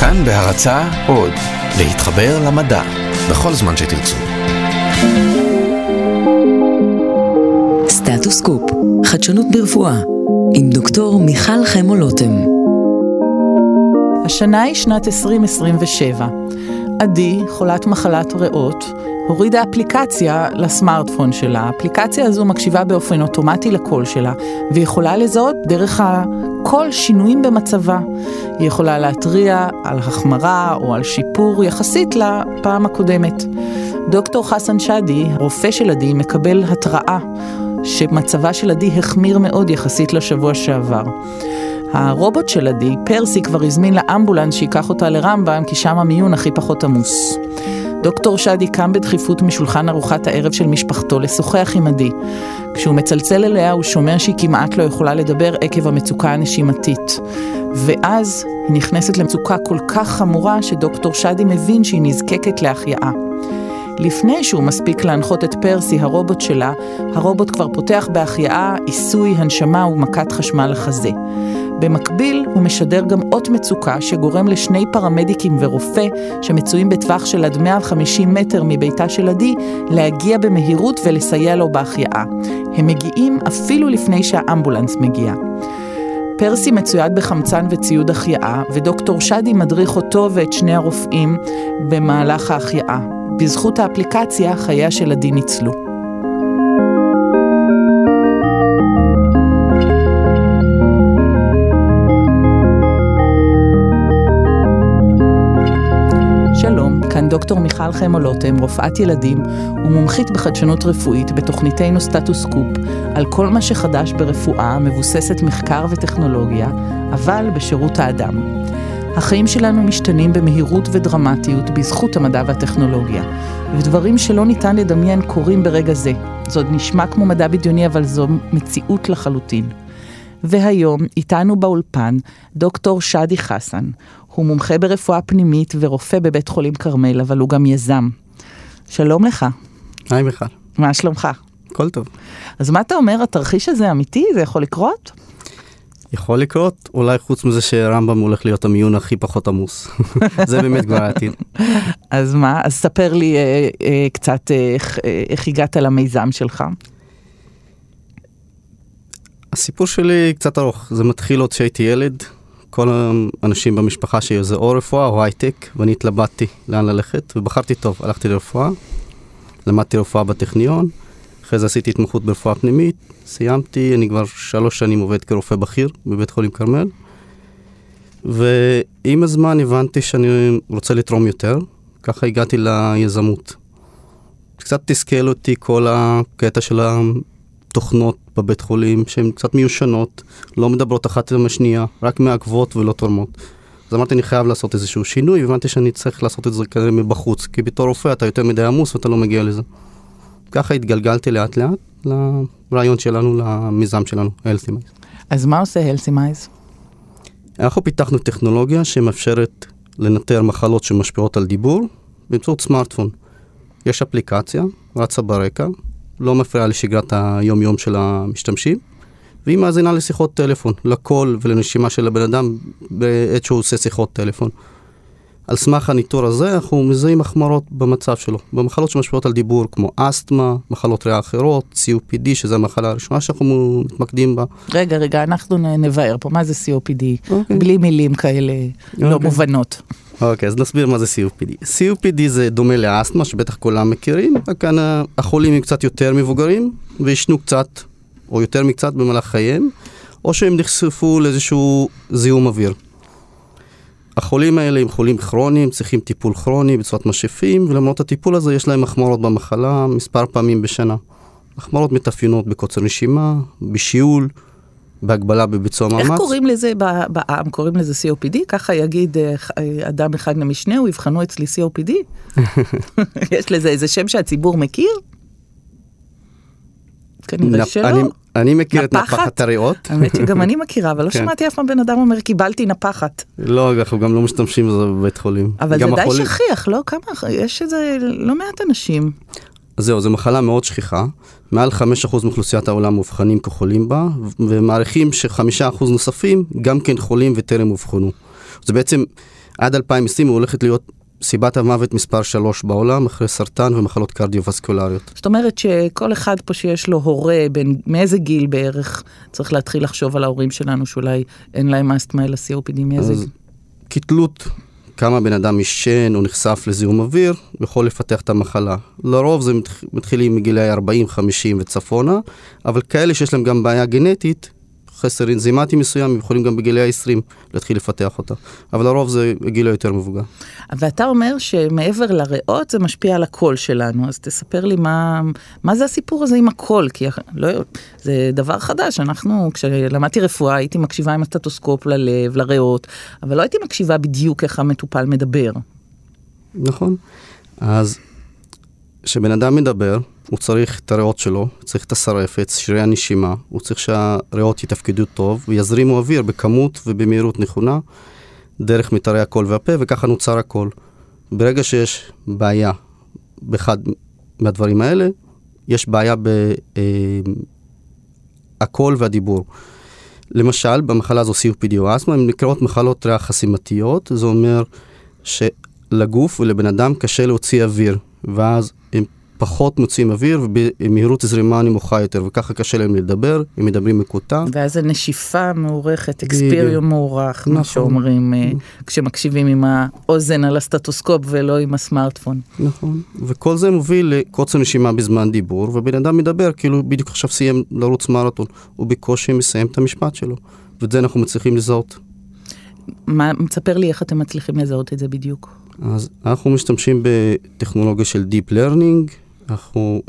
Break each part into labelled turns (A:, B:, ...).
A: כאן בהרצאה עוד, להתחבר למדע, בכל זמן שתרצו.
B: סטטוס קופ, חדשנות ברפואה, עם דוקטור מיכל חמו-לוטם.
C: השנה היא שנת 2027. עדי, חולת מחלת ריאות, הורידה אפליקציה לסמארטפון שלה. האפליקציה הזו מקשיבה באופן אוטומטי לקול שלה, והיא יכולה לזהות דרך הקול שינויים במצבה. היא יכולה להתריע על החמרה או על שיפור יחסית לפעם הקודמת. דוקטור חסן שאדי, רופא של עדי, מקבל התראה שמצבה של עדי החמיר מאוד יחסית לשבוע שעבר. הרובוט של עדי, פרסי, כבר הזמין לאמבולנס שיקח אותה לרמב"ם, כי שם המיון הכי פחות עמוס. דוקטור שאדי קם בדחיפות משולחן ארוחת הערב של משפחתו לשוחח עם עדי. כשהוא מצלצל אליה הוא שומע שהיא כמעט לא יכולה לדבר עקב המצוקה הנשימתית. ואז היא נכנסת למצוקה כל כך חמורה שדוקטור שאדי מבין שהיא נזקקת להחייאה. לפני שהוא מספיק להנחות את פרסי, הרובוט שלה, הרובוט כבר פותח בהחייאה, עיסוי, הנשמה ומכת חשמל לחזה. במקביל הוא משדר גם אות מצוקה שגורם לשני פרמדיקים ורופא שמצויים בטווח של עד 150 מטר מביתה של עדי להגיע במהירות ולסייע לו בהחייאה. הם מגיעים אפילו לפני שהאמבולנס מגיע. פרסי מצויד בחמצן וציוד החייאה, ודוקטור שאדי מדריך אותו ואת שני הרופאים במהלך ההחייאה. בזכות האפליקציה חייה של עדי ניצלו. שלום, כאן דוקטור מיכל חמו-לוטם, רופאת ילדים ומומחית בחדשנות רפואית בתוכניתנו סטטוס קופ, על כל מה שחדש ברפואה מבוססת מחקר וטכנולוגיה, אבל בשירות האדם. החיים שלנו משתנים במהירות ודרמטיות בזכות המדע והטכנולוגיה, ודברים שלא ניתן לדמיין קורים ברגע זה. זאת נשמע כמו מדע בדיוני, אבל זו מציאות לחלוטין. והיום איתנו באולפן דוקטור שאדי חסן. הוא מומחה ברפואה פנימית ורופא בבית חולים כרמל, אבל הוא גם יזם. שלום לך.
D: היי מיכל.
C: מה שלומך?
D: הכל טוב.
C: אז מה אתה אומר, התרחיש הזה אמיתי? זה יכול לקרות?
D: יכול לקרות, אולי חוץ מזה שרמב"ם הולך להיות המיון הכי פחות עמוס. זה באמת כבר העתיד.
C: אז מה? אז ספר לי קצת איך הגעת למיזם שלך.
D: הסיפור שלי קצת ארוך. זה מתחיל עוד שהייתי ילד. כל האנשים במשפחה שלי זה או רפואה או הייטק, ואני התלבטתי לאן ללכת, ובחרתי טוב. הלכתי לרפואה, למדתי רפואה בטכניון, אחרי זה עשיתי התמחות ברפואה פנימית, סיימתי, אני כבר 3 שנים עובד כרופא בכיר בבית חולים כרמל, ועם הזמן הבנתי שאני רוצה לתרום יותר, ככה הגעתי ליזמות. קצת תסכל אותי כל הקטע של התוכנות בבית חולים, שהן קצת מיושנות, לא מדברות אחת עם השנייה, רק מעכבות ולא תורמות. אז אמרתי, אני חייב לעשות איזשהו שינוי, והבנתי שאני צריך לעשות את זה כנראה מבחוץ, כי בתור רופא אתה יותר מדי עמוס ואתה לא מגיע לזה. ככה התגלגלתי לאט לאט לרעיון שלנו, למיזם שלנו, Healthymize.
C: אז מה עושה Healthymize?
D: אנחנו פיתחנו טכנולוגיה שמאפשרת לנטר מחלות שמשפיעות על דיבור באמצעות סמארטפון. יש אפליקציה, רצה ברקע, לא מפריעה לשגרת היום-יום של המשתמשים, והיא מאזינה לשיחות טלפון, לקול ולנשימה של הבן אדם בעת שהוא עושה שיחות טלפון. על סמך הניטור הזה, אנחנו מזהים החמרות במצב שלו. במחלות שמשפיעות על דיבור, כמו אסתמה, מחלות ריאה אחרות, COPD, שזו המחלה הראשונה שאנחנו מתמקדים בה.
C: רגע, אנחנו נבהר פה. מה זה COPD? בלי מילים כאלה לא מובנות.
D: אוקיי, אז נסביר מה זה COPD. COPD זה דומה לאסתמה, שבטח כולם מכירים, וכאן החולים הם קצת יותר מבוגרים, וישנו קצת, או יותר מקצת במהלך חייהם, או שהם נחשפו לאיזשהו זיהום אוויר. החולים האלה הם חולים כרוניים, צריכים טיפול כרוני בצורת משאפים, ולמרות הטיפול הזה יש להם החמרות במחלה מספר פעמים בשנה. החמרות מתאפיינות בקוצר נשימה, בשיעול, בהגבלה בביצוע מאמץ.
C: איך קוראים לזה בעם? קוראים לזה COPD? ככה יגיד אדם אחד למשנהו, יבחנו אצלי COPD? יש לזה איזה שם שהציבור מכיר? כנראה שלא.
D: אני מכיר את נפחת הריאות.
C: האמת שגם אני מכירה, אבל לא שמעתי אף פעם בן אדם אומר, קיבלתי נפחת.
D: לא, אנחנו גם לא משתמשים בזה בבית חולים.
C: אבל זה די שכיח, לא? כמה? יש איזה לא מעט אנשים.
D: זהו, זו מחלה מאוד שכיחה. מעל 5% מאוכלוסיית העולם מובחנים כחולים בה, ומעריכים ש5% נוספים גם כן חולים וטרם מובחנו. זה בעצם עד 2020 הוא הולכת להיות סיבת המוות מספר 3 בעולם, אחרי סרטן ומחלות קרדיו-וסקולריות.
C: זאת אומרת שכל אחד פה שיש לו הורה, מאיזה גיל בערך צריך להתחיל לחשוב על ההורים שלנו, שאולי אין להם אסתמה אלא COPD, מאיזה גיל?
D: כתלות כמה בן אדם ישן או נחשף לזיהום אוויר, יכול לפתח את המחלה. לרוב זה מתחילים מגילי 40, 50 וצפונה, אבל כאלה שיש להם גם בעיה גנטית, חסר אנזימטי מסוים, יכולים גם בגילי ה-20 להתחיל לפתח אותה. אבל לרוב זה גיל יותר מבוגר.
C: ואתה אומר שמעבר לריאות זה משפיע על הקול שלנו, אז תספר לי מה זה הסיפור הזה עם הקול, כי זה דבר חדש. כשלמדתי רפואה הייתי מקשיבה עם הסטטוסקופ ללב, לריאות, אבל לא הייתי מקשיבה בדיוק איך המטופל מדבר.
D: נכון. אז כשבן אדם מדבר, הוא צריך את הריאות שלו, צריך את השרפת, שרירי הנשימה, הוא צריך שהריאות יתפקדו טוב, ויזרימו אוויר בכמות ובמהירות נכונה, דרך מיתרי הקול והפה, וככה נוצר הקול. ברגע שיש בעיה באחד מהדברים האלה, יש בעיה הקול והדיבור. למשל, במחלה הזו COPD או אסתמה, הן נקראות מחלות ריאה חסימתיות, זה אומר שלגוף ולבן אדם קשה להוציא אוויר, ואז הם פחות מוציאים אוויר ובמהירות זרימה נמוכה יותר, וככה קשה להם לדבר, הם מדברים מקוטע.
C: ואז הנשיפה מעורכת, אקספיריום מעורך, מה שאומרים, כשמקשיבים עם האוזן על הסטטוסקופ ולא עם הסמארטפון.
D: נכון, וכל זה מוביל לקוצר נשימה בזמן דיבור, ובן אדם מדבר, כאילו בדיוק עכשיו סיים לרוץ מרתון, הוא בקושי מסיים את המשפט שלו, ואת זה אנחנו מצליחים לזהות.
C: מספר לי איך אתם מצליחים לזהות את זה בדיוק?
D: אז אנחנו משתמשים בטכנולוגיה של Deep Learning, אנחנו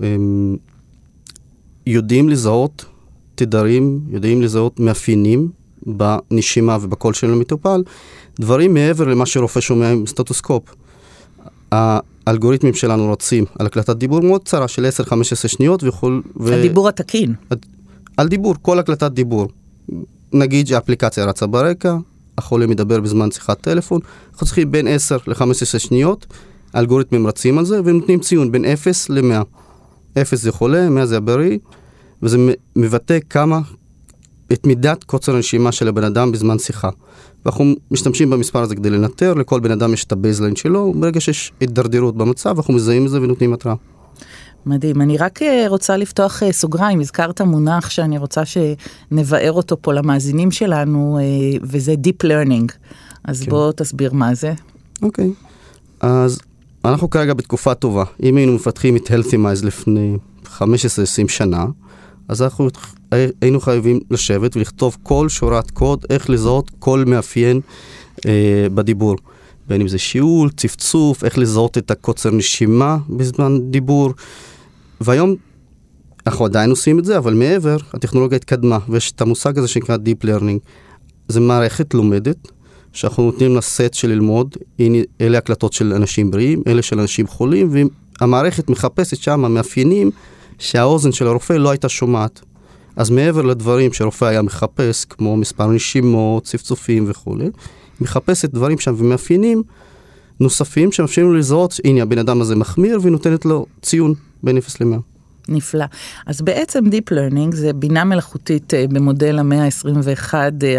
D: יודעים לזהות תדרים, יודעים לזהות מאפיינים בנשימה ובקול של המטופל, דברים מעבר למה שרופא שומע עם סטטוסקופ. האלגוריתמים שלנו רצים על הקלטת דיבור מאוד קצרה של 10-15 שניות
C: הדיבור התקין.
D: על דיבור, כל הקלטת דיבור. נגיד שהאפליקציה רצה ברקע, החולה מדבר בזמן שיחת טלפון, אנחנו צריכים בין 10 ל-15 שניות, האלגוריתמים רצים על זה, והם נותנים ציון בין 0 ל-100. 0 זה חולה, 100 זה הבריא, וזה מבטא את מידת קוצר הנשימה של הבן אדם בזמן שיחה. ואנחנו משתמשים במספר הזה כדי לנטר, לכל בן אדם יש את הבייזליין שלו, ברגע שיש התדרדרות במצב, אנחנו מזהים את זה ונותנים התראה.
C: מדהים. אני רק רוצה לפתוח סוגריים, הזכרת מונח שאני רוצה שנבאר אותו פה למאזינים שלנו, וזה Deep Learning. אז בוא תסביר מה זה.
D: אוקיי. אז אנחנו כרגע בתקופה טובה. אם היינו מפתחים את Healthymize לפני 15-20 שנה, אז אנחנו היינו חייבים לשבת ולכתוב כל שורת קוד, איך לזהות כל מאפיין בדיבור. בין אם זה שיעול, צפצוף, איך לזהות את הקוצר נשימה בזמן דיבור. והיום אנחנו עדיין עושים את זה, אבל מעבר, הטכנולוגיה התקדמה, ויש את המושג הזה שנקרא Deep Learning. זה מערכת לומדת, שאנחנו נותנים לה סט של ללמוד, הנה, אלה הקלטות של אנשים בריאים, אלה של אנשים חולים, והמערכת מחפשת שם המאפיינים שהאוזן של הרופא לא הייתה שומעת. אז מעבר לדברים שהרופא היה מחפש, כמו מספר נשימות, צפצופים וכו', מחפשת דברים שם ומאפיינים נוספים שמאפשרים לו לזהות, הנה הבן אדם הזה מחמיר, ונותנת לו ציון בין 0 ל-100.
C: נפלא. אז בעצם Deep Learning זה בינה מלאכותית במודל המאה ה-21,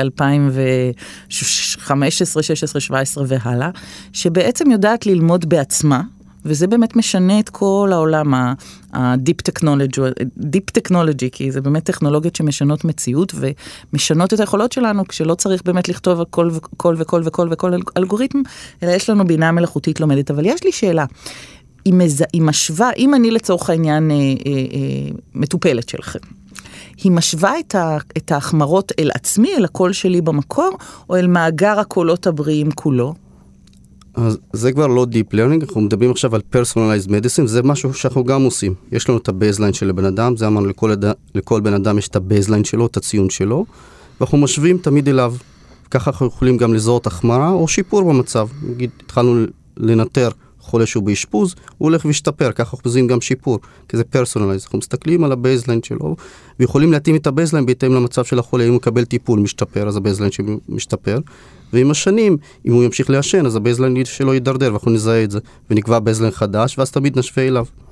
C: 2015, 16, 17 והלאה, שבעצם יודעת ללמוד בעצמה, וזה באמת משנה את כל העולם, ה-Deep Technology, כי זה באמת טכנולוגיות שמשנות מציאות, ומשנות את היכולות שלנו, כשלא צריך באמת לכתוב כל וכל אלגוריתם, אלא יש לנו בינה מלאכותית לומדת. אבל יש לי שאלה, היא משווה, אם אני לצורך העניין מטופלת שלכם, היא משווה את ההחמרות אל עצמי, אל הקול שלי במקור, או אל מאגר הקולות הבריאים כולו?
D: אז זה כבר לא Deep Learning, אנחנו מדברים עכשיו על Personalized Medicine, זה משהו שאנחנו גם עושים. יש לנו את הבייזליין של הבן אדם, זה אמרנו לכל בן אדם יש את הבייזליין שלו, את הציון שלו, ואנחנו משווים תמיד אליו. ככה אנחנו יכולים גם לזהות החמרה או שיפור במצב. נגיד, התחלנו לנטר חולה שהוא באשפוז, הוא הולך וישתפר, ככה אנחנו מזהים גם שיפור, כי זה Personalized. אנחנו מסתכלים על הבייזליין שלו, ויכולים להתאים את הבייזליין בהתאם למצב של החולה, אם הוא מקבל טיפול משתפר, אז הבייזליין שלו משתפר. ועם השנים, אם הוא ימשיך לעשן, אז הבייזליין שלו יידרדר, ואנחנו נזהה את זה, ונקבע בייזליין חדש, ואז תמיד נשווה אליו.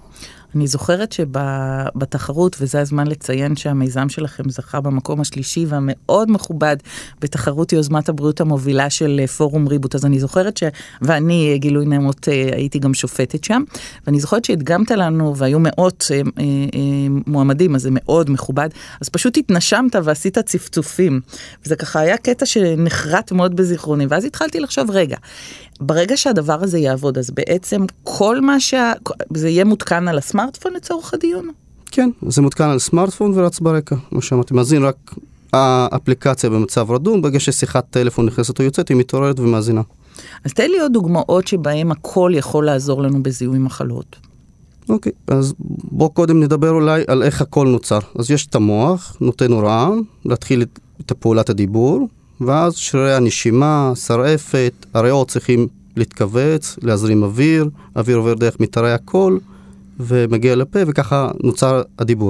C: אני זוכרת שבתחרות, וזה הזמן לציין שהמיזם שלכם זכה במקום השלישי והמאוד מכובד בתחרות יוזמת הבריאות המובילה של פורום ריבוט, אז אני זוכרת ואני גילוי נאות הייתי גם שופטת שם, ואני זוכרת שהדגמת לנו והיו מאות מועמדים, אז זה מאוד מכובד, אז פשוט התנשמת ועשית צפצופים, וזה ככה היה קטע שנחרט מאוד בזיכרוני, ואז התחלתי לחשוב, רגע, ברגע שהדבר הזה יעבוד, אז בעצם כל מה זה יהיה מותקן על הסמארטפון לצורך הדיון?
D: כן, זה מותקן על סמארטפון ורץ ברקע, כמו שאמרתי, מאזין רק האפליקציה במצב רדום, ברגע ששיחת טלפון נכנסת או יוצאת, היא מתעוררת ומאזינה.
C: אז תן לי עוד דוגמאות שבהם הכל יכול לעזור לנו בזיהוי מחלות.
D: אוקיי, אז בוא קודם נדבר אולי על איך הכל נוצר. אז יש את המוח, נותן הוראה, להתחיל את פעולת הדיבור, ואז שרירי הנשימה, שרעפת, הריאות צריכים להתכווץ, להזרים אוויר, אוויר עובר דרך מיתרי הקול, ומגיע לפה, וככה נוצר הדיבור.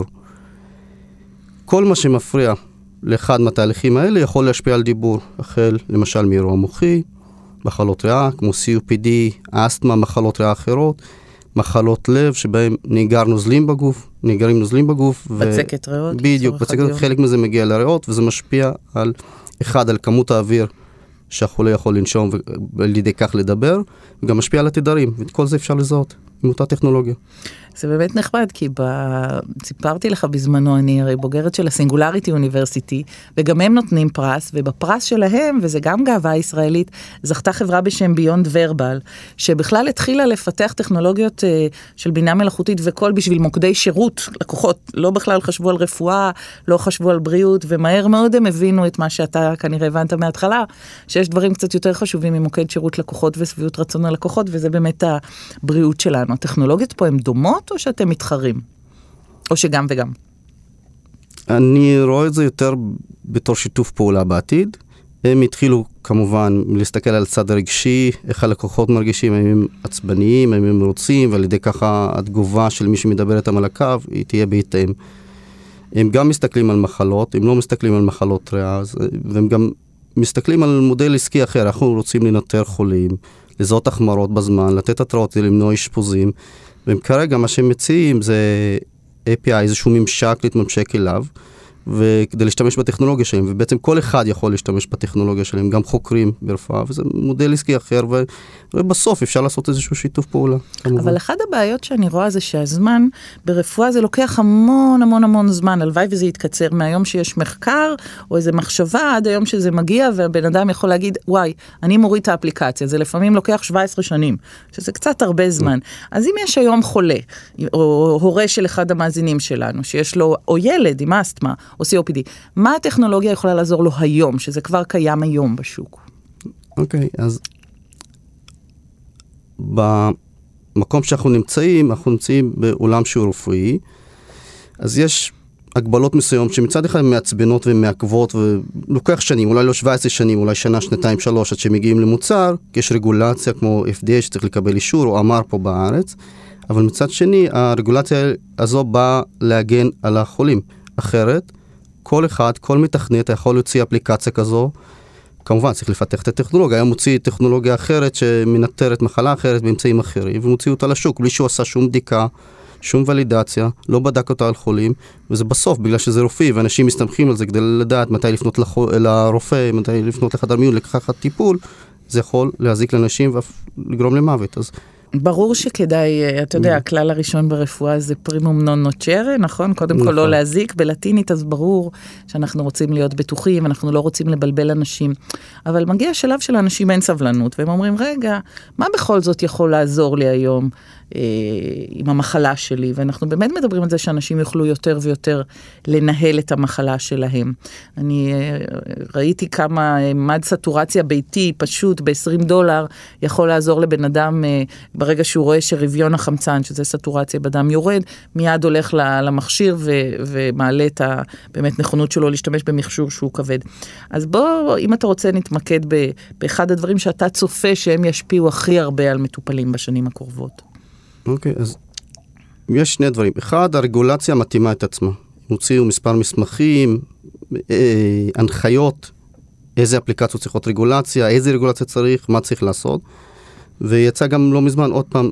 D: כל מה שמפריע לאחד מהתהליכים האלה יכול להשפיע על דיבור, החל למשל מאירוע מוחי, מחלות ריאה, כמו COPD, אסתמה, מחלות ריאה אחרות, מחלות לב שבהם נאגרים נוזלים בגוף.
C: בצקת ריאות.
D: בדיוק, בצקת, חלק מזה מגיע לריאות, וזה משפיע על כמות האוויר שהחולה יכול לנשום ועל ידי כך לדבר, וגם משפיע על התדרים, ואת כל זה אפשר לזהות עם אותה טכנולוגיה.
C: זה באמת נחמד, כי סיפרתי לך בזמנו, אני הרי בוגרת של הסינגולריטי אוניברסיטי, וגם הם נותנים פרס, ובפרס שלהם, וזה גם גאווה ישראלית, זכתה חברה בשם ביונד ורבל, שבכלל התחילה לפתח טכנולוגיות של בינה מלאכותית וכל בשביל מוקדי שירות, לקוחות, לא בכלל חשבו על רפואה, לא חשבו על בריאות, ומהר מאוד הם הבינו את מה שאתה כנראה הבנת מההתחלה, שיש דברים קצת יותר חשובים ממוקד שירות לקוחות וסביבות רצון הלקוחות, וזה באמת הבריאות שלנו. הטכנולוגיות פה הן דומות, או שאתם מתחרים? או שגם וגם?
D: אני רואה את זה יותר בתור שיתוף פעולה בעתיד. הם התחילו כמובן להסתכל על צד הרגשי, איך הלקוחות מרגישים, האם הם עצבניים, האם הם רוצים, ועל ידי ככה התגובה של מי שמדבר איתם על הקו, היא תהיה בהתאם. הם גם מסתכלים על מחלות, הם לא מסתכלים על מחלות ריאה, והם גם מסתכלים על מודל עסקי אחר, אנחנו רוצים לנטר חולים, לזהות החמרות בזמן, לתת התראות, למנוע אשפוזים, והם כרגע מה שהם מציעים זה API, איזשהו ממשק להתממשק אליו, וכדי להשתמש בטכנולוגיה שלהם, ובעצם כל אחד יכול להשתמש בטכנולוגיה שלהם, גם חוקרים ברפואה, וזה מודל עסקי אחר, ובסוף אפשר לעשות איזשהו שיתוף פעולה. כמובן.
C: אבל אחד הבעיות שאני רואה זה שהזמן ברפואה זה לוקח המון המון המון זמן, הלוואי וזה יתקצר מהיום שיש מחקר, או איזו מחשבה, עד היום שזה מגיע, והבן אדם יכול להגיד, וואי, אני מוריד את האפליקציה, זה לפעמים לוקח 17 שנים, שזה קצת הרבה זמן. אז אם יש היום חולה, או הורה של אחד המאזינים שלנו, שיש לו, או ילד עם אסתמה, או COPD, מה הטכנולוגיה יכולה לעזור לו היום, שזה כבר קיים היום בשוק?
D: אוקיי, אז במקום שאנחנו נמצאים, אנחנו נמצאים בעולם שהוא רפואי, אז יש הגבלות מסוימות שמצד אחד מעצבנות ומעכבות, ולוקח שנים, אולי לא 17 שנים, אולי שנה, שנתיים, 3, עד שמגיעים למוצר, כי יש רגולציה כמו FDA שצריך לקבל אישור, או אמר פה בארץ, אבל מצד שני, הרגולציה הזו באה להגן על החולים. אחרת, כל אחד, כל מתכנת יכול להוציא אפליקציה כזו, כמובן צריך לפתח את הטכנולוגיה, היום מוציא טכנולוגיה אחרת שמנטרת מחלה אחרת באמצעים אחרים, ומוציא אותה לשוק, בלי שהוא עשה שום בדיקה, שום ולידציה, לא בדק אותה על חולים, וזה בסוף, בגלל שזה רופאי, ואנשים מסתמכים על זה כדי לדעת מתי לפנות לרופא, מתי לפנות לחדר מיון, לקחת טיפול, זה יכול להזיק לאנשים ולגרום למוות, אז
C: ברור שכדאי, אתה יודע, הכלל הראשון ברפואה זה פרימום נון נוצ'רה, נכון? קודם כל לא להזיק, בלטינית אז ברור שאנחנו רוצים להיות בטוחים, אנחנו לא רוצים לבלבל אנשים, אבל מגיע השלב של האנשים אין סבלנות, והם אומרים, רגע, מה בכל זאת יכול לעזור לי היום עם המחלה שלי? ואנחנו באמת מדברים על זה שאנשים יוכלו יותר ויותר לנהל את המחלה שלהם. אני ראיתי כמה מד סטורציה ביתי פשוט ב$20 יכול לעזור לבן אדם ברגע שהוא רואה שרביון החמצן, שזה סטורציה בדם יורד, מיד הולך למכשיר ומעלה את באמת נכונות שלו להשתמש במכשור שהוא כבד. אז בוא, אם אתה רוצה, נתמקד באחד הדברים שאתה צופה שהם ישפיעו הכי הרבה על מטופלים בשנים הקרובות.
D: אוקיי, אז יש שני דברים. אחד, הרגולציה מתאימה את עצמה. הוציאו מספר מסמכים, הנחיות, איזה אפליקציות צריכות רגולציה, איזה רגולציה צריך, מה צריך לעשות. ויצא גם לא מזמן עוד פעם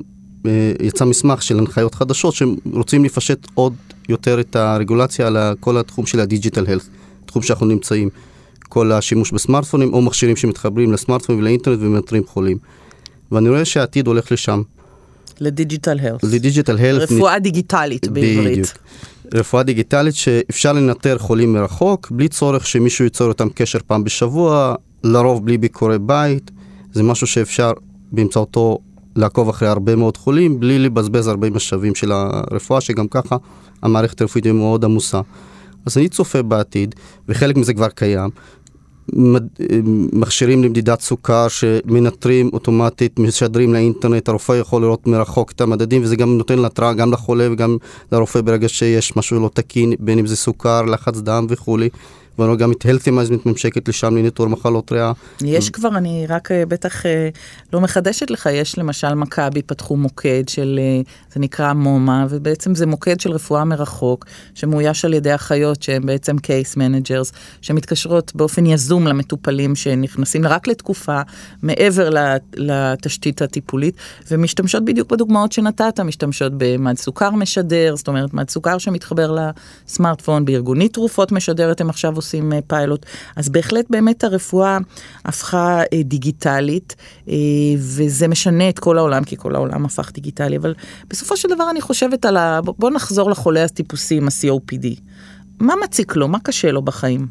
D: יצא מסמך של הנחיות חדשות שרוצים לפשט עוד יותר את הרגולציה על כל התחום של הדיג'יטל הלת', תחום שאנחנו נמצאים, כל השימוש בסמארטפונים או מכשירים שמתחברים לסמארטפונים ולאינטרנט ומנטרים חולים. ואני רואה שהעתיד הולך לשם.
C: לדיג'יטל הלת'.
D: לדיג'יטל הלת'.
C: רפואה דיגיטלית בעברית.
D: בדיוק. רפואה דיגיטלית שאפשר לנטר חולים מרחוק, בלי צורך שמישהו ייצור אותם קשר פעם בשבוע, לרוב בלי ביקורי בית. זה משהו שאפשר באמצעותו לעקוב אחרי הרבה מאוד חולים, בלי לבזבז הרבה משאבים של הרפואה, שגם ככה המערכת הרפואית היא מאוד עמוסה. אז אני צופה בעתיד, וחלק מזה כבר קיים, מכשירים למדידת סוכר שמנטרים אוטומטית, משדרים לאינטרנט, הרופא יכול לראות מרחוק את המדדים, וזה גם נותן להתראה גם לחולה וגם לרופא ברגע שיש משהו לא תקין, בין אם זה סוכר, לחץ דם וכולי. ואנו גם את healthy management ממשקת לשם לניטור מחלות ריאה.
C: יש כבר, אני רק בטח לא מחדשת לך, יש למשל מכבי פתחו מוקד של, זה נקרא מומה, ובעצם זה מוקד של רפואה מרחוק, שמאויש על ידי אחיות שהם בעצם case managers, שמתקשרות באופן יזום למטופלים שנכנסים רק לתקופה, מעבר לתשתית הטיפולית, ומשתמשות בדיוק בדוגמאות שנתת, משתמשות במד סוכר משדר, זאת אומרת, מד סוכר שמתחבר לסמארטפון, בארגונית תרופות משדרת, הם עכשיו עושים פיילוט. אז בהחלט באמת הרפואה הפכה דיגיטלית, וזה משנה את כל העולם, כי כל העולם הפך דיגיטלי, אבל בסופו של דבר אני חושבת על בוא נחזור לחולה הטיפוסי עם ה-COPD. מה מציק לו? מה קשה לו בחיים?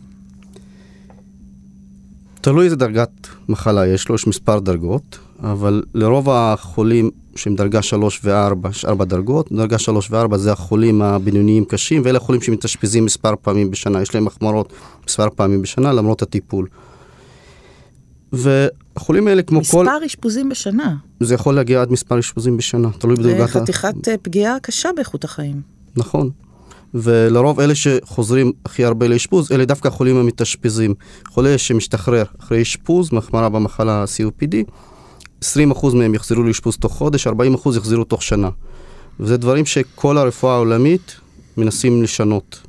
D: תלוי איזה דרגת מחלה יש לו, יש מספר דרגות, אבל לרוב החולים שהם דרגה 3 ו-4, יש 4 דרגות, דרגה 3 ו-4 זה החולים הבינוניים קשים, ואלה החולים שמתאשפזים מספר פעמים בשנה, יש להם החמרות מספר פעמים בשנה, למרות הטיפול. והחולים האלה כמו כל...
C: מספר אשפוזים בשנה.
D: זה יכול להגיע עד מספר אשפוזים בשנה, תלוי בדרגת...
C: זה חתיכת פגיעה קשה באיכות החיים.
D: נכון. ולרוב אלה שחוזרים הכי הרבה לאשפוז, אלה דווקא החולים המתאשפזים. חולה שמשתחרר אחרי אשפוז, מחמרה במחלה COPD, 20% מהם יחזרו לאשפוז תוך חודש, 40% יחזרו תוך שנה. וזה דברים שכל הרפואה העולמית מנסים לשנות.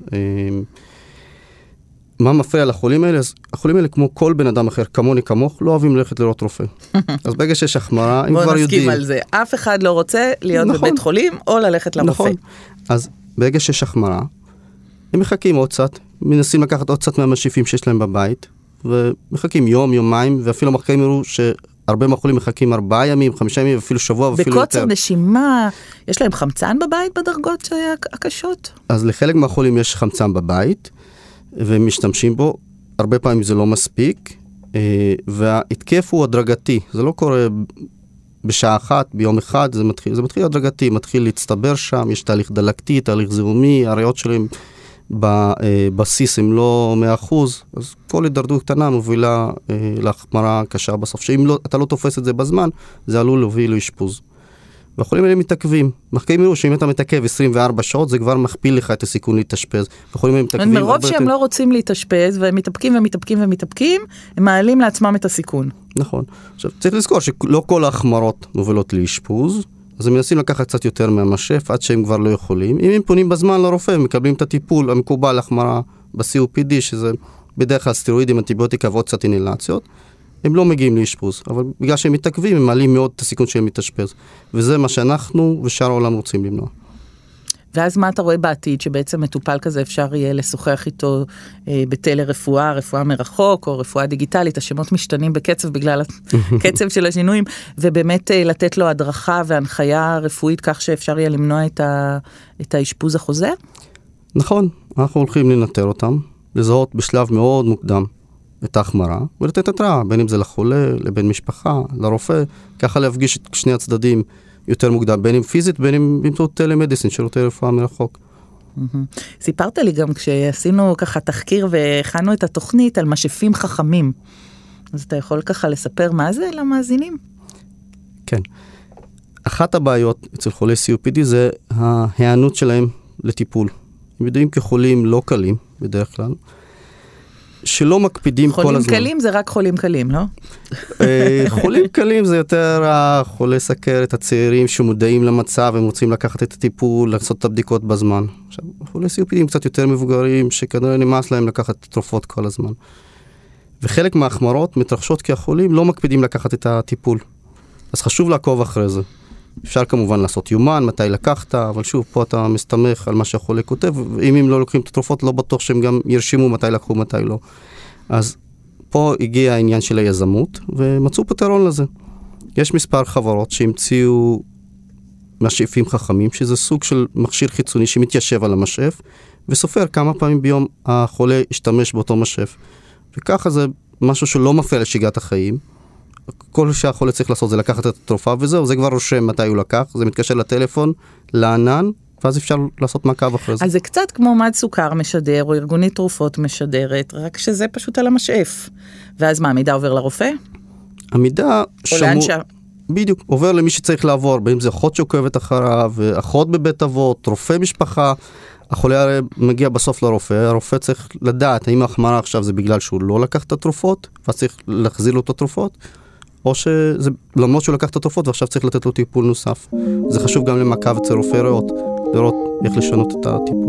D: מה מפריע לחולים האלה? אז החולים האלה, כמו כל בן אדם אחר, כמוני כמוך, לא אוהבים ללכת לראות רופא. אז ברגע שיש החמרה, הם כבר יודעים.
C: בוא נסכים על זה. אף אחד לא רוצה להיות בבית חולים או ללכת לרופא.
D: נכון. אז ברגע שיש החמרה, הם מחכים עוד קצת, מנסים לקחת עוד קצת מהמשיפים שיש להם בבית, ומחכים יום, יומיים, ואפילו מחקרים יראו שהרבה מהחולים מחכים 4 ימים, 5 ימים, אפילו שבוע, ואפילו יותר.
C: בקוצר נשימה, יש להם חמצן בבית בדרגות הקשות?
D: אז לחלק מהחולים יש חמצן בבית, והם משתמשים בו, הרבה פעמים זה לא מספיק, וההתקף הוא הדרגתי, זה לא קורה בשעה אחת, ביום אחד, זה מתחיל הדרגתי, מתחיל להצטבר שם, יש תהליך דלקתי, תהליך זיהומי, הריאות שלהם בבסיס הם לא 100%, אז כל הידרדרות קטנה מובילה להחמרה קשה בסוף, שאם לא, אתה לא תופס את זה בזמן, זה עלול להוביל לאשפוז. והחולים האלה מתעכבים. מחקרים יראו שאם אתה מתעכב 24 שעות, זה כבר מכפיל לך את הסיכון להתאשפז. החולים האלה מתעכבים...
C: מרוב שהם לא רוצים להתאשפז, והם מתאפקים ומתאפקים ומתאפקים, הם מעלים לעצמם את הסיכון.
D: נכון. עכשיו, צריך לזכור שלא כל ההחמרות מובילות לאשפוז, אז הם מנסים לקחת קצת יותר מהמשף, עד שהם כבר לא יכולים. אם הם פונים בזמן לרופא, הם מקבלים את הטיפול המקובל להחמרה ב-COPD, שזה בדרך כלל סטרואידים, אנטיביוטיקה ועוד קצת אינהלציות, הם לא מגיעים לאשפוז, אבל בגלל שהם מתעכבים, הם מעלים מאוד את הסיכון שהם מתאשפז. וזה מה שאנחנו ושאר העולם רוצים למנוע.
C: ואז מה אתה רואה בעתיד, שבעצם מטופל כזה אפשר יהיה לשוחח איתו בטלרפואה, רפואה מרחוק, או רפואה דיגיטלית, השמות משתנים בקצב בגלל הקצב של השינויים, ובאמת לתת לו הדרכה והנחיה רפואית, כך שאפשר יהיה למנוע את האשפוז החוזר? נכון,
D: אנחנו הולכים לנטר אותם, לזהות בשלב מאוד מוקדם את ההחמרה, ולתת התראה, בין אם זה לחולה, לבן משפחה, לרופא, ככה להפגיש את שני הצדדים יותר מוקדם, בין אם פיזית, בין אם באמצעות טלמדיסין, שירותי רפואה מרחוק.
C: סיפרת לי גם כשעשינו ככה תחקיר והכנו את התוכנית על משאפים חכמים. אז אתה יכול ככה לספר מה זה למאזינים?
D: כן. אחת הבעיות אצל חולי COPD זה ההיענות שלהם לטיפול. הם יודעים כחולים לא קלים, בדרך כלל, שלא מקפידים כל הזמן.
C: חולים קלים זה רק חולים קלים, לא?
D: חולים קלים זה יותר חולי סכרת, הצעירים שמודעים למצב, הם רוצים לקחת את הטיפול, לעשות את הבדיקות בזמן. עכשיו, חולי COPD קצת יותר מבוגרים, שכנראה נמאס להם לקחת תרופות כל הזמן. וחלק מההחמרות מתרחשות כי החולים לא מקפידים לקחת את הטיפול. אז חשוב לעקוב אחרי זה. אפשר כמובן לעשות יומן, מתי לקחת, אבל שוב, פה אתה מסתמך על מה שהחולה כותב, ואם הם לא לוקחים את התרופות, לא בטוח שהם גם ירשימו מתי לקחו, מתי לא. אז פה הגיע העניין של היזמות, ומצאו פתרון לזה. יש מספר חברות שהמציאו משאפים חכמים, שזה סוג של מכשיר חיצוני שמתיישב על המשאף, וסופר כמה פעמים ביום החולה ישתמש באותו משאף. וככה זה משהו שלא מפריע לשגרת החיים. כל שהחולה צריך לעשות זה לקחת את התרופה וזהו, זה כבר רושם מתי הוא לקח, זה מתקשר לטלפון, לענן, ואז אפשר לעשות מעקב אחרי זה.
C: אז זה קצת כמו מד סוכר משדר, או ארגונית תרופות משדרת, רק שזה פשוט על המשאף. ואז מה, המידע עובר לרופא?
D: המידע
C: שמור...
D: בדיוק, עובר למי שצריך לעבור, בין אם זה אחות שעוקבת אחריו, אחות בבית אבות, רופא משפחה, החולה הרי מגיע בסוף לרופא, הרופא צריך לדעת האם ההחמרה עכשיו זה בגלל שהוא לא לקח את התרופות, ואז צריך להחזיר לו את התרופות, או שזה למרות שהוא לקח את התרופות ועכשיו צריך לתת לו טיפול נוסף. זה חשוב גם למעקב אצל רופא ריאות, לראות איך לשנות את הטיפול.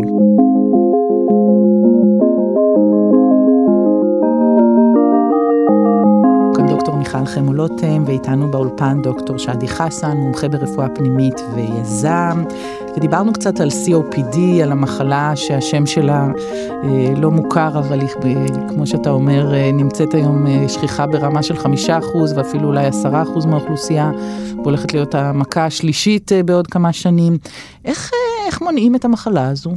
C: דוקטור מיכל חמולותם, ואיתנו באולפן דוקטור שדי חסן, מומחה ברפואה פנימית ויזם, ודיברנו קצת על COPD, על המחלה שהשם שלה לא מוכר, אבל היא, כמו שאתה אומר, נמצאת היום שכיחה ברמה של 5%, ואפילו אולי 10% מהאוכלוסייה, והולכת להיות המכה השלישית בעוד כמה שנים. איך מונעים את המחלה הזו?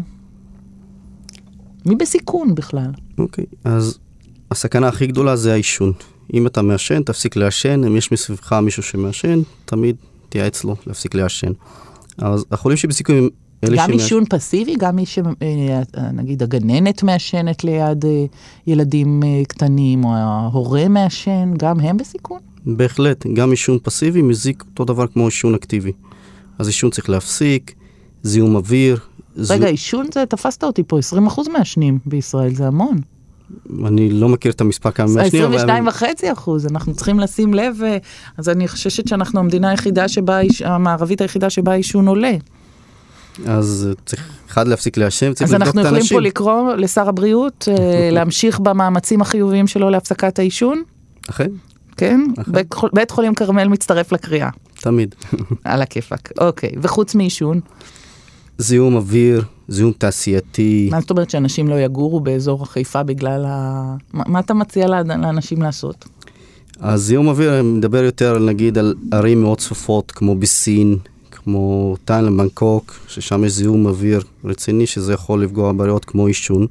C: מי בסיכון בכלל?
D: אוקיי, אז הסכנה הכי גדולה זה העישון. אם אתה מעשן, תפסיק לעשן. אם יש מסביבך מישהו שמעשן, תמיד תייעץ לו להפסיק לעשן. אז החולים שבסיכון...
C: גם עישון פסיבי, גם מי שנגיד הגננת מעשנת ליד ילדים קטנים, או ההורה מעשן, גם הם בסיכון?
D: בהחלט, גם עישון פסיבי מזיק אותו דבר כמו עישון אקטיבי. אז עישון צריך להפסיק, זיהום אוויר.
C: רגע, עישון זה, תפסת אותי פה, 20% מעשנים בישראל, זה המון.
D: אני לא מכיר את המספר כמה מעשנים.
C: 22.5%, אנחנו צריכים לשים לב, אז אני חוששת שאנחנו המדינה היחידה שבה, המערבית היחידה שבה עישון עולה.
D: אז צריך אחד להפסיק לעשן,
C: אז אנחנו יכולים פה לקרוא לשר הבריאות, להמשיך במאמצים החיוביים שלו להפסקת העישון?
D: אכן.
C: כן? בית חולים כרמל מצטרף לקריאה.
D: תמיד.
C: על הכיפק, אוקיי. וחוץ מעישון?
D: זיהום אוויר, זיהום תעשייתי.
C: מה זאת אומרת שאנשים לא יגורו באזור החיפה בגלל מה אתה מציע לאנשים לעשות?
D: אז זיהום אוויר מדבר יותר נגיד על ערים מאוד צפופות, כמו בסין, כמו תאילנד, בנקוק, ששם יש זיהום אוויר רציני, שזה יכול לפגוע בריאות כמו עישון.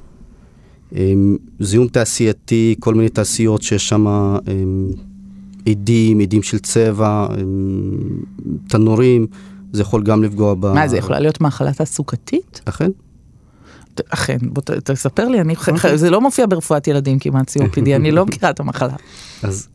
D: זיהום תעשייתי, כל מיני תעשיות שיש שם עדים של צבע, תנורים, זה יכול גם לפגוע ב...
C: מה, זה יכולה להיות מחלה תעסוקתית?
D: אכן.
C: אכן, בוא תספר לי, זה לא מופיע ברפואת ילדים כמעט COPD, אני לא מכירה את המחלה.
D: אז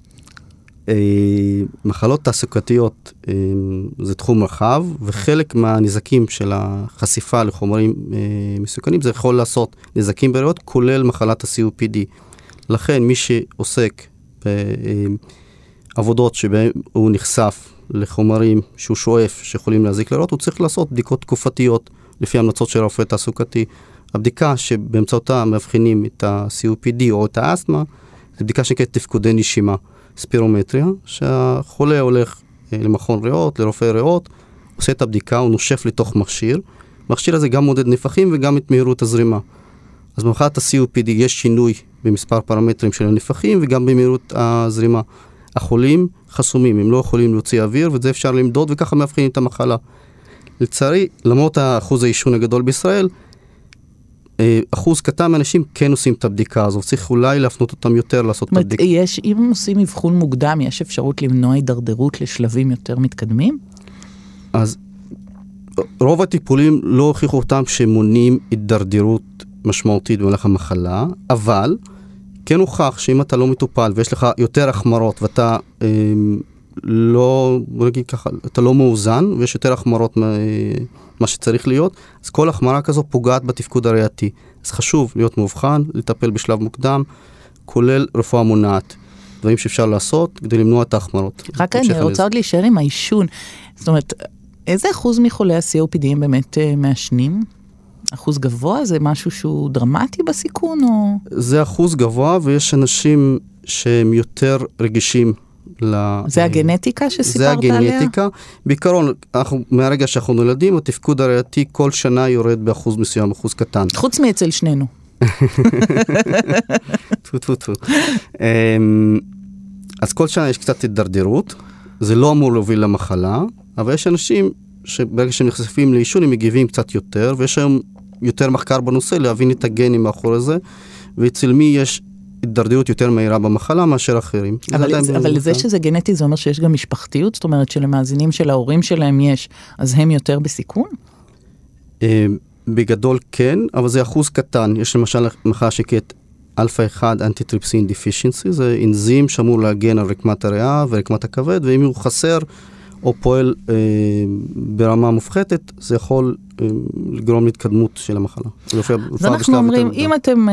D: מחלות תעסוקתיות זה תחום רחב, וחלק מהנזקים של החשיפה לחומרים מסוכנים, זה יכול לעשות נזקים בריאות, כולל מחלת ה-COPD. לכן מי שעוסק בעבודות שבהם הוא נחשף לחומרים שהוא שואף שיכולים להזיק לריאות, הוא צריך לעשות בדיקות תקופתיות לפי המלצות של רופא תעסוקתי. הבדיקה שבאמצעותה מבחינים את ה-COPD או את האסתמה, זו בדיקה שנקראת תפקודי נשימה, ספירומטריה, שהחולה הולך למכון ריאות, לרופא ריאות, עושה את הבדיקה, הוא נושף לתוך מכשיר. המכשיר הזה גם מודד נפחים וגם את מהירות הזרימה. אז במחלת ה-COPD יש שינוי במספר פרמטרים של הנפחים וגם במהירות הזרימה. החולים חסומים, הם לא יכולים להוציא אוויר, וזה אפשר למדוד, וככה מאבחנים את המחלה. לצערי, למרות האחוז העישון הגדול בישראל, אחוז קטן מאנשים כן עושים את הבדיקה הזו, צריך אולי להפנות אותם יותר לעשות את הבדיקה.
C: אם עושים אבחון מוקדם, יש אפשרות למנוע הידרדרות לשלבים יותר מתקדמים?
D: אז רוב הטיפולים לא הוכיחו אותם שמונעים הידרדרות משמעותית במהלך המחלה, אבל כן הוכח שאם אתה לא מטופל ויש לך יותר החמרות ואתה לא, בוא נגיד ככה, אתה לא מאוזן ויש יותר החמרות מה שצריך להיות, אז כל החמרה כזו פוגעת בתפקוד הריאתי. אז חשוב להיות מאובחן, לטפל בשלב מוקדם, כולל רפואה מונעת. דברים שאפשר לעשות כדי למנוע את ההחמרות.
C: רק אני רוצה עוד להישאר עם העישון. זאת אומרת, איזה אחוז מחולי ה-COPD הם באמת מעשנים? אחוז גבוה? זה משהו שהוא דרמטי בסיכון? או...
D: זה אחוז גבוה, ויש אנשים שהם יותר רגישים
C: זה הגנטיקה שסיפרת עליה?
D: זה הגנטיקה. בעיקרון, מהרגע שאנחנו נולדים, התפקוד הריאתי כל שנה יורד באחוז מסוים, אחוז קטן.
C: חוץ מאצל שנינו.
D: טפו. אז כל שנה יש קצת התדרדרות, זה לא אמור להוביל למחלה, אבל יש אנשים שברגע שהם נחשפים לעישון הם מגיבים קצת יותר, ויש היום יותר מחקר בנושא להבין את הגנים מאחורי זה, ואצל מי יש התדרדרות יותר מהירה במחלה מאשר אחרים.
C: אבל זה שזה גנטי זה אומר שיש גם משפחתיות, זאת אומרת שלמאזינים של ההורים שלהם יש, אז הם יותר בסיכון?
D: בגדול כן, אבל זה אחוז קטן. יש למשל מחלה שקראת אלפא 1 אנטי-טריפסין דיפישנסי, זה אנזים שאמור להגן על רקמת הריאה ורקמת הכבד, ואם הוא חסר או פועל ברמה מופחתת, זה יכול לגרום להתקדמות של המחלה.
C: אז אנחנו אומרים, אם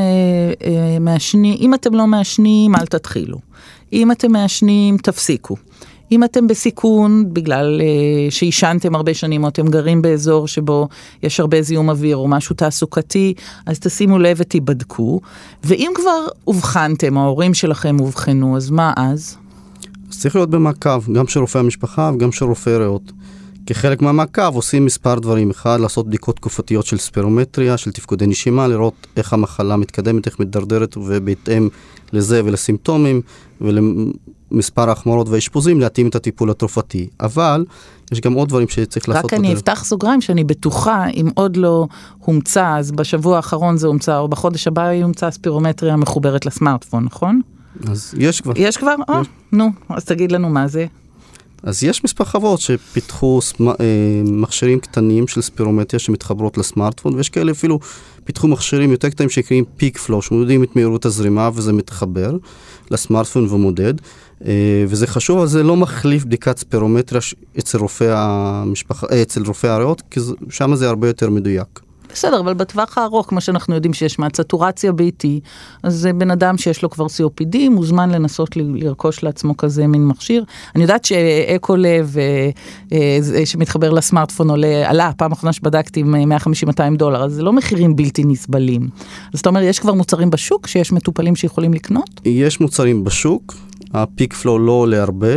C: אתם לא מעשנים, אל תתחילו. אם אתם מעשנים, תפסיקו. אם אתם בסיכון, בגלל שישנתם הרבה שנים, או אתם גרים באזור שבו יש הרבה זיהום אוויר, או משהו תעסוקתי, אז תשימו לב ותיבדקו. ואם כבר הובחנתם, ההורים שלכם הובחנו, אז מה אז?
D: אז צריך להיות במעקב, גם של רופאי המשפחה וגם של רופאי ריאות. כחלק מהמעקב עושים מספר דברים. אחד, לעשות בדיקות תקופתיות של ספירומטריה, של תפקודי נשימה, לראות איך המחלה מתקדמת, איך מתדרדרת, ובהתאם לזה ולסימפטומים, ולמספר ההחמרות והאשפוזים, להתאים את הטיפול התרופתי. אבל יש גם עוד דברים שצריך לעשות.
C: רק אני אפתח סוגריים שאני בטוחה, אם עוד לא הומצא, אז בשבוע האחרון זה הומצא, או בחודש הבא הומצא ספירומטריה מחוברת לסמארטפון, נכון?
D: אז יש כבר.
C: יש כבר? נו, אז תגיד לנו מה זה.
D: אז יש מספר חברות שפיתחו מכשירים קטנים של ספירומטריה שמתחברות לסמארטפון, ויש כאלה אפילו פיתחו מכשירים יותר קטנים שקוראים פיק פלו, שמודדים את מהירות הזרימה וזה מתחבר לסמארטפון ומודד, וזה חשוב, אבל זה לא מחליף בדיקת ספירומטריה אצל רופאי הריאות, כי שם זה הרבה יותר מדויק.
C: בסדר, אבל בטווח הארוך, כמו שאנחנו יודעים שיש מהסטורציה ביתי, אז זה בן אדם שיש לו כבר COPD, מוזמן לנסות לרכוש לעצמו כזה מין מכשיר. אני יודעת שאקולב, שמתחבר לסמארטפון, עלה, פעם אחרונה שבדקתי עם $150-200, אז זה לא מחירים בלתי נסבלים. אז אתה אומר, יש כבר מוצרים בשוק, שיש מטופלים שיכולים לקנות?
D: יש מוצרים בשוק, הפיק פלו לא עולה הרבה.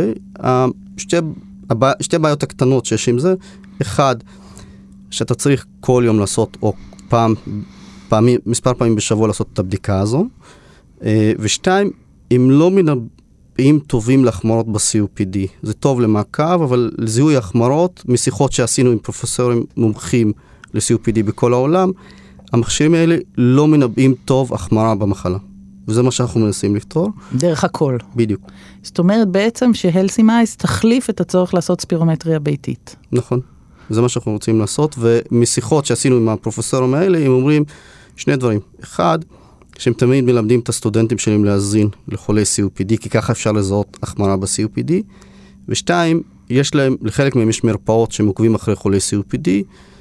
D: שתי בעיות הקטנות שיש עם זה, אחד, שאתה צריך כל יום לעשות, או מספר פעמים בשבוע לעשות את הבדיקה הזו, ושתיים, אם לא מנבאים טובים להחמרות ב-COPD, זה טוב למעקב, אבל לזיהוי החמרות, משיחות שעשינו עם פרופסורים מומחים ל-COPD בכל העולם, המכשירים האלה לא מנבאים טוב החמרה במחלה. וזה מה שאנחנו מנסים לפתור.
C: דרך הכל.
D: בדיוק.
C: זאת אומרת בעצם שהלסימייז תחליף את הצורך לעשות ספירומטריה ביתית.
D: נכון. זה מה שאנחנו רוצים לעשות, ומשיחות שעשינו עם הפרופסורים האלה, הם אומרים שני דברים. אחד, שהם תמיד מלמדים את הסטודנטים שלהם להזין לחולי COPD, כי ככה אפשר לזהות החמרה ב-COPD, ושתיים, לחלק מהם יש מרפאות שמעוקבים אחרי חולי COPD,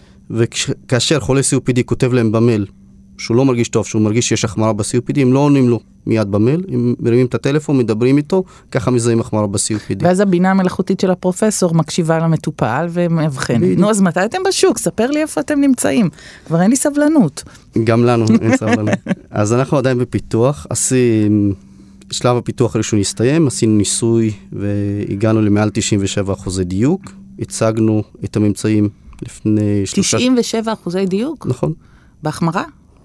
D: וכאשר חולי COPD כותב להם במייל, שהוא לא מרגיש טוב, שהוא מרגיש שיש החמרה ב-COPD, הם לא עונים לו מיד במייל, הם מרימים את הטלפון, מדברים איתו, ככה מזהים החמרה ב-COPD.
C: ואז הבינה המלאכותית של הפרופסור מקשיבה למטופל ומבחנת. נו, אז מתי אתם בשוק? ספר לי איפה אתם נמצאים. כבר אין לי סבלנות.
D: גם לנו אין סבלנות. אז אנחנו עדיין בפיתוח, שלב הפיתוח הראשון הסתיים, עשינו ניסוי והגענו למעל 97% דיוק, הצגנו את הממצאים לפני
C: 97% דיוק?
D: נכון.
C: בהחמרה?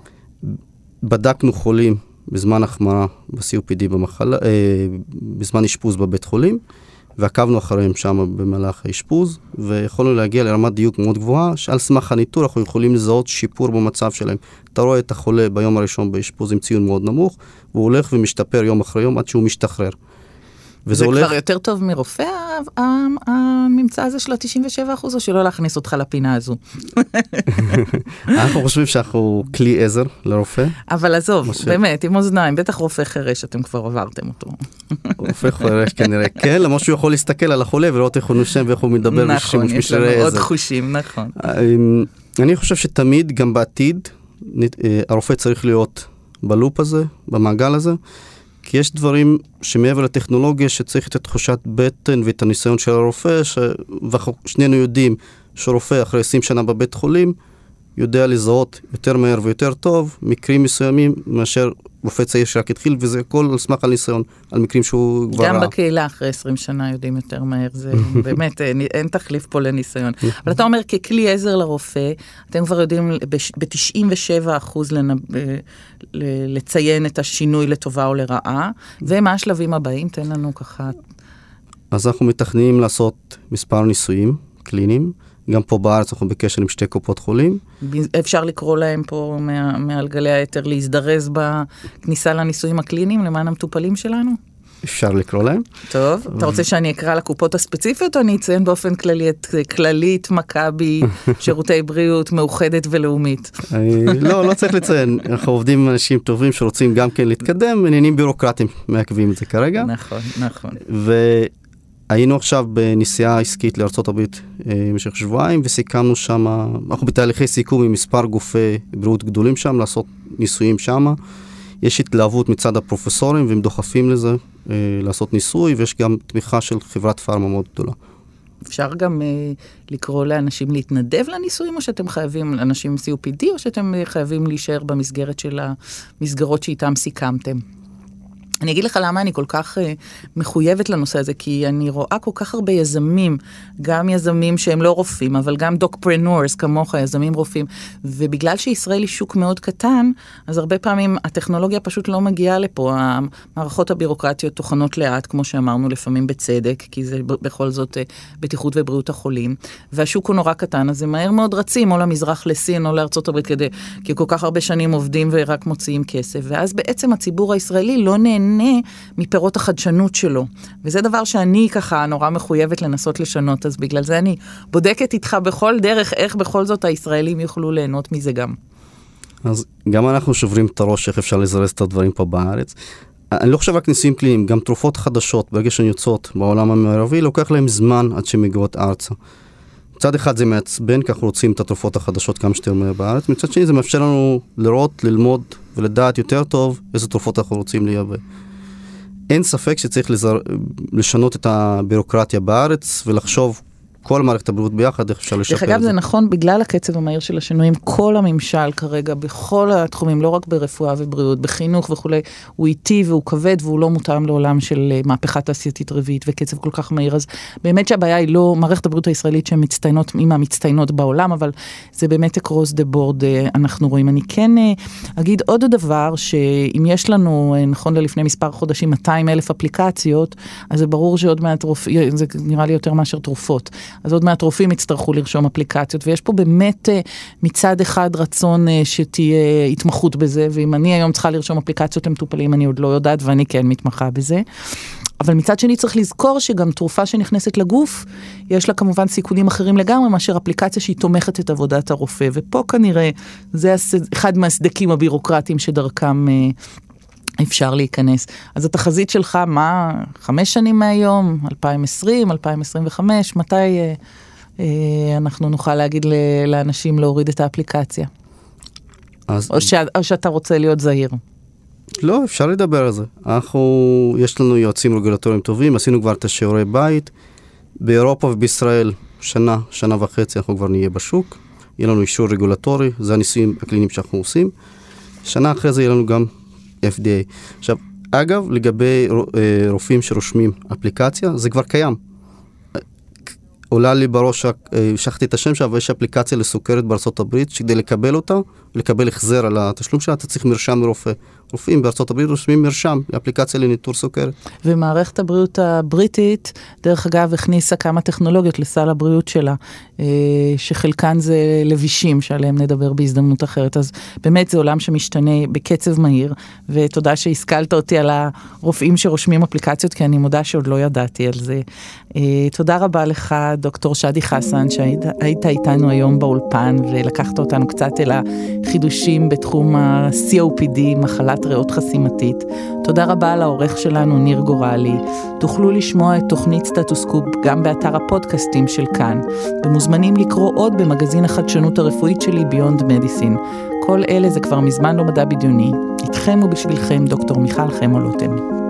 D: בדקנו חולים בזמן החמרה ב-COPD במחלה, בזמן אשפוז בבית חולים, ועקבנו אחריהם שם במהלך האשפוז, ויכולנו להגיע לרמת דיוק מאוד גבוהה, שעל סמך הניטור אנחנו יכולים לזהות שיפור במצב שלהם. אתה רואה את החולה ביום הראשון באשפוז עם ציון מאוד נמוך, והוא הולך ומשתפר יום אחרי יום עד שהוא משתחרר.
C: זה כבר יותר טוב מרופא, הממצא הזה של ה-97%, או שלא להכניס אותך לפינה הזו?
D: אנחנו חושבים שאנחנו כלי עזר לרופא.
C: אבל עזוב, באמת, עם אוזניים, בטח רופא חרש, אתם כבר עברתם אותו.
D: רופא חרש כנראה כן, למרות שהוא יכול להסתכל על החולה ולראות איך הוא נושם ואיך הוא מדבר.
C: נכון, יש לנו עוד חושים, נכון.
D: אני חושב שתמיד, גם בעתיד, הרופא צריך להיות בלופ הזה, במעגל הזה, כי יש דברים שמעבר לטכנולוגיה שצריך את תחושת בטן ואת הניסיון של הרופא, ושנינו יודעים שרופא אחרי 20 שנה בבית חולים, יודע לזהות יותר מהר ויותר טוב מקרים מסוימים מאשר רופא צעיר שרק התחיל, וזה הכל על סמך הניסיון, על מקרים שהוא כבר ראה.
C: גם בקהילה אחרי 20 שנה יודעים יותר מהר, זה באמת, אין תחליף פה לניסיון. אבל אתה אומר, ככלי עזר לרופא, אתם כבר יודעים ב-97% לציין את השינוי לטובה או לרעה, ומה השלבים הבאים? תן לנו ככה.
D: אז אנחנו מתכננים לעשות מספר ניסויים קליניים, גם פה בארץ אנחנו בקשר עם 2 קופות חולים.
C: אפשר לקרוא להם פה מעל גלי היתר להזדרז בכניסה לניסויים הקליניים למען המטופלים שלנו?
D: אפשר לקרוא להם.
C: טוב, אתה רוצה שאני אקרא לקופות הספציפיות או אני אציין באופן כללי את כללית, מכבי, שירותי בריאות, מאוחדת ולאומית?
D: לא צריך לציין. אנחנו עובדים עם אנשים טובים שרוצים גם כן להתקדם, עניינים בירוקרטיים מעכבים את זה כרגע.
C: נכון.
D: היינו עכשיו בנסיעה עסקית לארצות הברית במשך שבועיים, וסיכמנו שם, אנחנו בתהליכי סיכום עם מספר גופי בריאות גדולים שם, לעשות ניסויים שם. יש התלהבות מצד הפרופסורים, והם דוחפים לזה, לעשות ניסוי, ויש גם תמיכה של חברת פארמה מאוד גדולה.
C: אפשר גם לקרוא לאנשים להתנדב לניסויים, או שאתם חייבים, לאנשים עם COPD, או שאתם חייבים להישאר במסגרת של המסגרות שאיתם סיכמתם? אני אגיד לך למה אני כל כך מחויבת לנושא הזה, כי אני רואה כל כך הרבה יזמים, גם יזמים שהם לא רופאים, אבל גם דוקפרנורס כמוך, יזמים רופאים, ובגלל שישראל היא שוק מאוד קטן, אז הרבה פעמים הטכנולוגיה פשוט לא מגיעה לפה, המערכות הבירוקרטיות תוכנות לאט, כמו שאמרנו לפעמים בצדק, כי זה בכל זאת בטיחות ובריאות החולים, והשוק הוא נורא קטן, אז זה מהר מאוד רצים, או למזרח לסין, או לארצות הברית, כי כל כך הרבה שנים עובדים ורק מוציאים כסף, ואז בעצם הציבור הישראלי לא נהנה מפירות החדשנות שלו. וזה דבר שאני ככה נורא מחויבת לנסות לשנות, אז בגלל זה אני בודקת איתך בכל דרך, איך בכל זאת הישראלים יוכלו ליהנות מזה גם.
D: אז גם אנחנו שוברים את הראש, איך אפשר לזרז את הדברים פה בארץ. אני לא חושב רק ניסויים קליניים, גם תרופות חדשות, ברגע שהן יוצאות בעולם המערבי, לוקח להם זמן עד שהן מגיעות ארצה. מצד אחד זה מעצבן, כך רוצים את התרופות החדשות כמה שיותר מהר בארץ, מצד שני זה מאפשר לנו לראות, ללמוד ולדעת יותר טוב איזה תרופות אנחנו רוצים לייבא. אין ספק שצריך לשנות את הבירוקרטיה בארץ ולחשוב כל מערכת הבריאות ביחד, איך אפשר לשפר את זה.
C: דרך אגב, זה נכון, בגלל הקצב המהיר של השינויים, כל הממשל כרגע, בכל התחומים, לא רק ברפואה ובריאות, בחינוך וכו', הוא איטי והוא כבד, והוא לא מותאם לעולם של מהפכה תעשייתית רביעית, וקצב כל כך מהיר. אז באמת שהבעיה היא לא מערכת הבריאות הישראלית שהן מצטיינות, מהמצטיינות בעולם, אבל זה באמת across the board אנחנו רואים. אני כן אגיד עוד דבר, שאם יש לנו, נכון ללפני מספר חודשים, 200,000 אפליקציות, אז זה ברור שעוד מעט זה נראה לי יותר מאשר תרופות. אז עוד מעט רופאים יצטרכו לרשום אפליקציות, ויש פה באמת מצד אחד רצון שתהיה התמחות בזה, ואם אני היום צריכה לרשום אפליקציות למטופלים, אני עוד לא יודעת, ואני כן מתמחה בזה. אבל מצד שני צריך לזכור שגם תרופה שנכנסת לגוף, יש לה כמובן סיכונים אחרים לגמרי, מאשר אפליקציה שהיא תומכת את עבודת הרופא, ופה כנראה זה אחד מהסדקים הבירוקרטיים שדרכם אפשר להיכנס. אז התחזית שלך, מה? 5 שנים מהיום? 2020, 2025? מתי אנחנו נוכל להגיד לאנשים להוריד את האפליקציה? או שאתה רוצה להיות זהיר?
D: לא, אפשר לדבר על זה. יש לנו יועצים רגולטוריים טובים, עשינו כבר את השיעורי בית. באירופה ובישראל, שנה וחצי אנחנו כבר נהיה בשוק. יהיה לנו אישור רגולטורי, זה הניסויים הקליניים שאנחנו עושים. שנה אחרי זה יהיה לנו גם FDA. עכשיו, אגב, לגבי רופאים שרושמים אפליקציה, זה כבר קיים. עולה לי בראש, שכחתי את השם שלה, ויש אפליקציה לסוכרת בארצות הברית, שכדי לקבל אותה, לקבל החזר על התשלום שלה, אתה צריך מרשם מרופא. רופאים בארצות הברית רושמים מרשם, לאפליקציה לניטור סוכרת.
C: ומערכת הבריאות הבריטית, דרך אגב, הכניסה כמה טכנולוגיות לסל הבריאות שלה, שחלקן זה לבישים, שעליהם נדבר בהזדמנות אחרת. אז באמת זה עולם שמשתנה בקצב מהיר, ותודה שהשכלת אותי על הרופאים שרושמים אפליקציות, כי אני מודה שעוד לא ידעתי על זה. תודה רבה לך, דוקטור שדי חסן, שהיית איתנו היום באולפן, ולקחת אותנו קצת אל החידושים בתחום ה-COPD, מחלת ריאות חסימתית. תודה רבה לעורך שלנו, ניר גורלי. תוכלו לשמוע את תוכנית סטטוסקופ גם באתר הפודקאסטים של כאן, ומוזמנים לקרוא עוד במגזין החדשנות הרפואית שלי, Beyond Medicine. כל אלה זה כבר מזמן לא מדע בדיוני. איתכם ובשבילכם, דוקטור מיכל חמו לוטם.